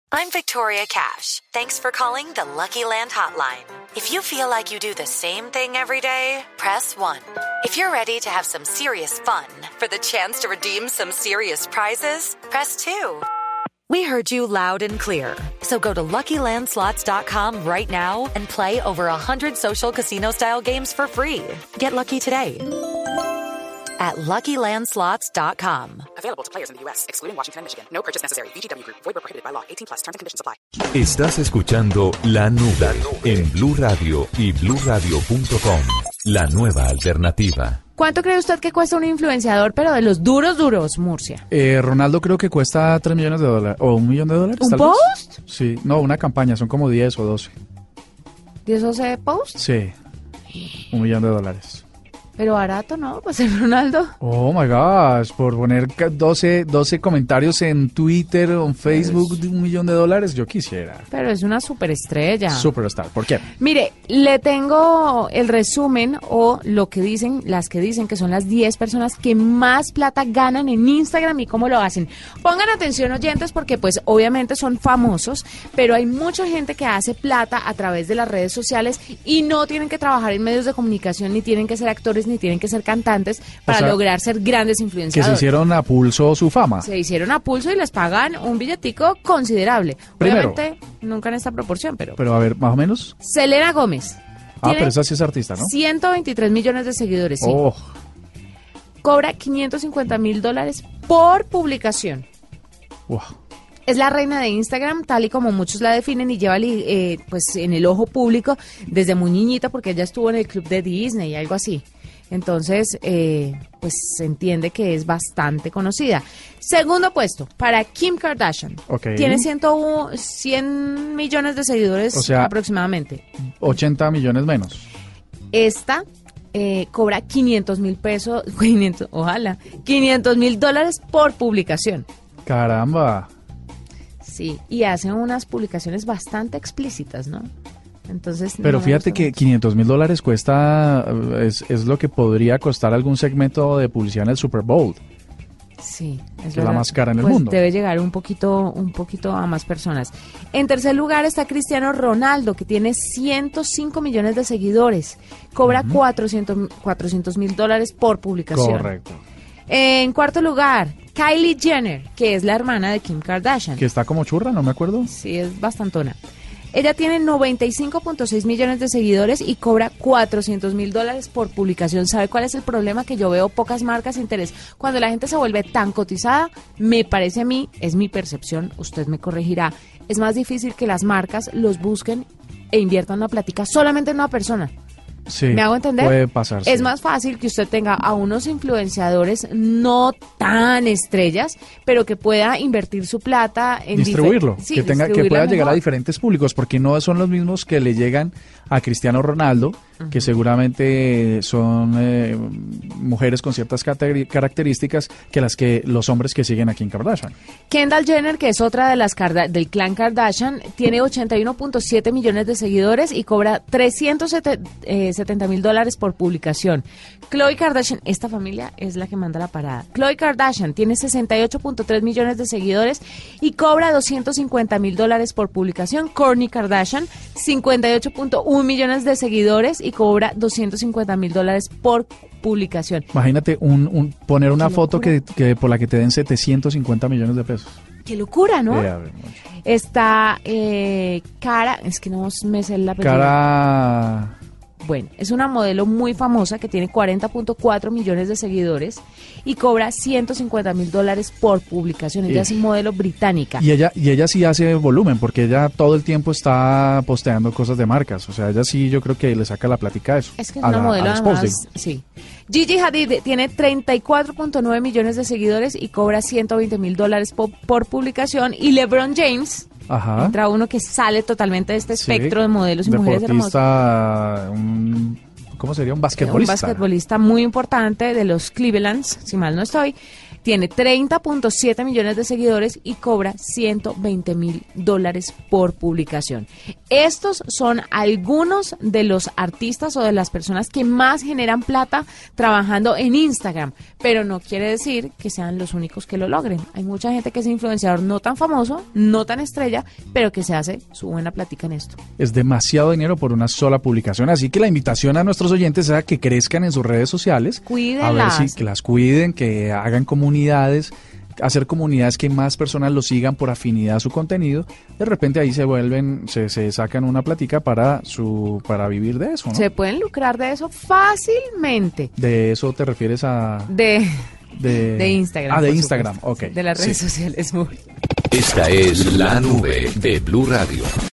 I'm Victoria Cash. Thanks for calling the Lucky Land Hotline. If you feel like you do the same thing every day, press 1. If you're ready to have some serious fun for the chance to redeem some serious prizes, press 2. We heard you loud and clear. So go to LuckyLandSlots.com right now and play over 100 social casino-style games for free. Get lucky today at LuckyLandSlots.com. Available to players in the U.S., excluding Washington and Michigan. No purchase necessary. VGW Group. Void where prohibited by law. 18+. Terms and conditions apply. Estás escuchando La Nube en Blue Radio y BlueRadio.com. La nueva alternativa. ¿Cuánto cree usted que cuesta un influenciador, pero de los duros, Murcia? Ronaldo creo que cuesta $3 millones o $1 millón. ¿Un tal post? vez. Sí, no, una campaña, son como 10 o 12. ¿10 o 12 posts? Sí, $1 millón. Pero barato, ¿no? Pues el Ronaldo. Oh my gosh, por poner 12 comentarios en Twitter o en Facebook de $1 millón, yo quisiera. Pero es una superestrella. Superstar, ¿por qué? Mire, le tengo el resumen o lo que dicen, las que dicen que son las 10 personas que más plata ganan en Instagram y cómo lo hacen. Pongan atención, oyentes, porque pues obviamente son famosos, pero hay mucha gente que hace plata a través de las redes sociales y no tienen que trabajar en medios de comunicación, ni tienen que ser actores, ni tienen que ser cantantes para lograr ser grandes influenciadores. Que se hicieron a pulso su fama. Se hicieron a pulso y les pagan un billetico considerable. Primero, obviamente, nunca en esta proporción, pero... Pero a ver, más o menos. Selena Gómez. Pero esa sí es artista, ¿no? 123 millones de seguidores, sí. Oh. Cobra $550,000 por publicación. Wow. Es la reina de Instagram, tal y como muchos la definen, y lleva pues en el ojo público desde muy niñita, porque ella estuvo en el club de Disney y algo así. Entonces, pues se entiende que es bastante conocida. Segundo puesto, para Kim Kardashian. Okay. Tiene 100 millones de seguidores, o sea, aproximadamente. 80 millones menos. Esta cobra $500,000 por publicación. Caramba. Sí, y hacen unas publicaciones bastante explícitas, ¿no? Entonces, pero fíjate que $500,000 cuesta, es lo que podría costar algún segmento de publicidad en el Super Bowl. Sí, es la más cara en el mundo. Debe llegar un poquito a más personas. En tercer lugar está Cristiano Ronaldo, que tiene 105 millones de seguidores. Cobra $400,000 por publicación. Correcto. En cuarto lugar, Kylie Jenner, que es la hermana de Kim Kardashian. Que está como churra, no me acuerdo. Sí, es bastantona. Ella tiene 95.6 millones de seguidores y cobra $400,000 por publicación. ¿Sabe cuál es el problema? Que yo veo pocas marcas de interés. Cuando la gente se vuelve tan cotizada, me parece a mí, es mi percepción, usted me corregirá, es más difícil que las marcas los busquen e inviertan una plática solamente en una persona. Sí, ¿me hago entender? Puede pasar. Es más fácil que usted tenga a unos influenciadores no tan estrellas, pero que pueda invertir su plata en distribuirlo, sí, que pueda llegar a diferentes públicos, porque no son los mismos que le llegan a Cristiano Ronaldo, que seguramente son mujeres con ciertas características que las que los hombres que siguen a Kim Kardashian. Kendall Jenner, que es otra de las del clan Kardashian, tiene 81.7 millones de seguidores y cobra $370,000 por publicación. Khloe Kardashian, esta familia es la que manda la parada. Khloe Kardashian tiene 68.3 millones de seguidores y cobra $250,000 por publicación. Kourtney Kardashian, 58.1 millones de seguidores y cobra $250,000 por publicación. Imagínate poner una foto que por la que te den 750 millones de pesos. Qué locura, ¿no? Está Cara, es que no me sé la apellido. Cara... Bueno, es una modelo muy famosa que tiene 40.4 millones de seguidores y cobra $150,000 por publicación. Ella es modelo británica. Y ella sí hace volumen, porque ella todo el tiempo está posteando cosas de marcas. O sea, ella sí, yo creo que le saca la plática a eso. Es que es una modelo además, sí. Gigi Hadid tiene 34.9 millones de seguidores y cobra $120,000 por publicación. Y LeBron James... Ajá. Entra uno que sale totalmente de este espectro de modelos y mujeres hermosas. ¿Cómo sería? Un basquetbolista. Un basquetbolista muy importante de los Clevelands, si mal no estoy. Tiene 30.7 millones de seguidores y cobra $120,000 por publicación. Estos son algunos de los artistas o de las personas que más generan plata trabajando en Instagram, pero no quiere decir que sean los únicos que lo logren. Hay mucha gente que es influenciador no tan famoso, no tan estrella, pero que se hace su buena plática en esto. Es demasiado dinero por una sola publicación, así que la invitación a nuestros oyentes es a que crezcan en sus redes sociales, Cuídenlas. a ver si que las cuiden, que hagan comunidades, hacer comunidades que más personas lo sigan por afinidad a su contenido. De repente ahí se vuelven, se sacan una plática para vivir de eso, ¿no? Se pueden lucrar de eso fácilmente. ¿De eso te refieres a...? De Instagram. Ah, de por Instagram, supuesto. ok. De las redes Sí. sociales. Esta es La Nube de Blue Radio.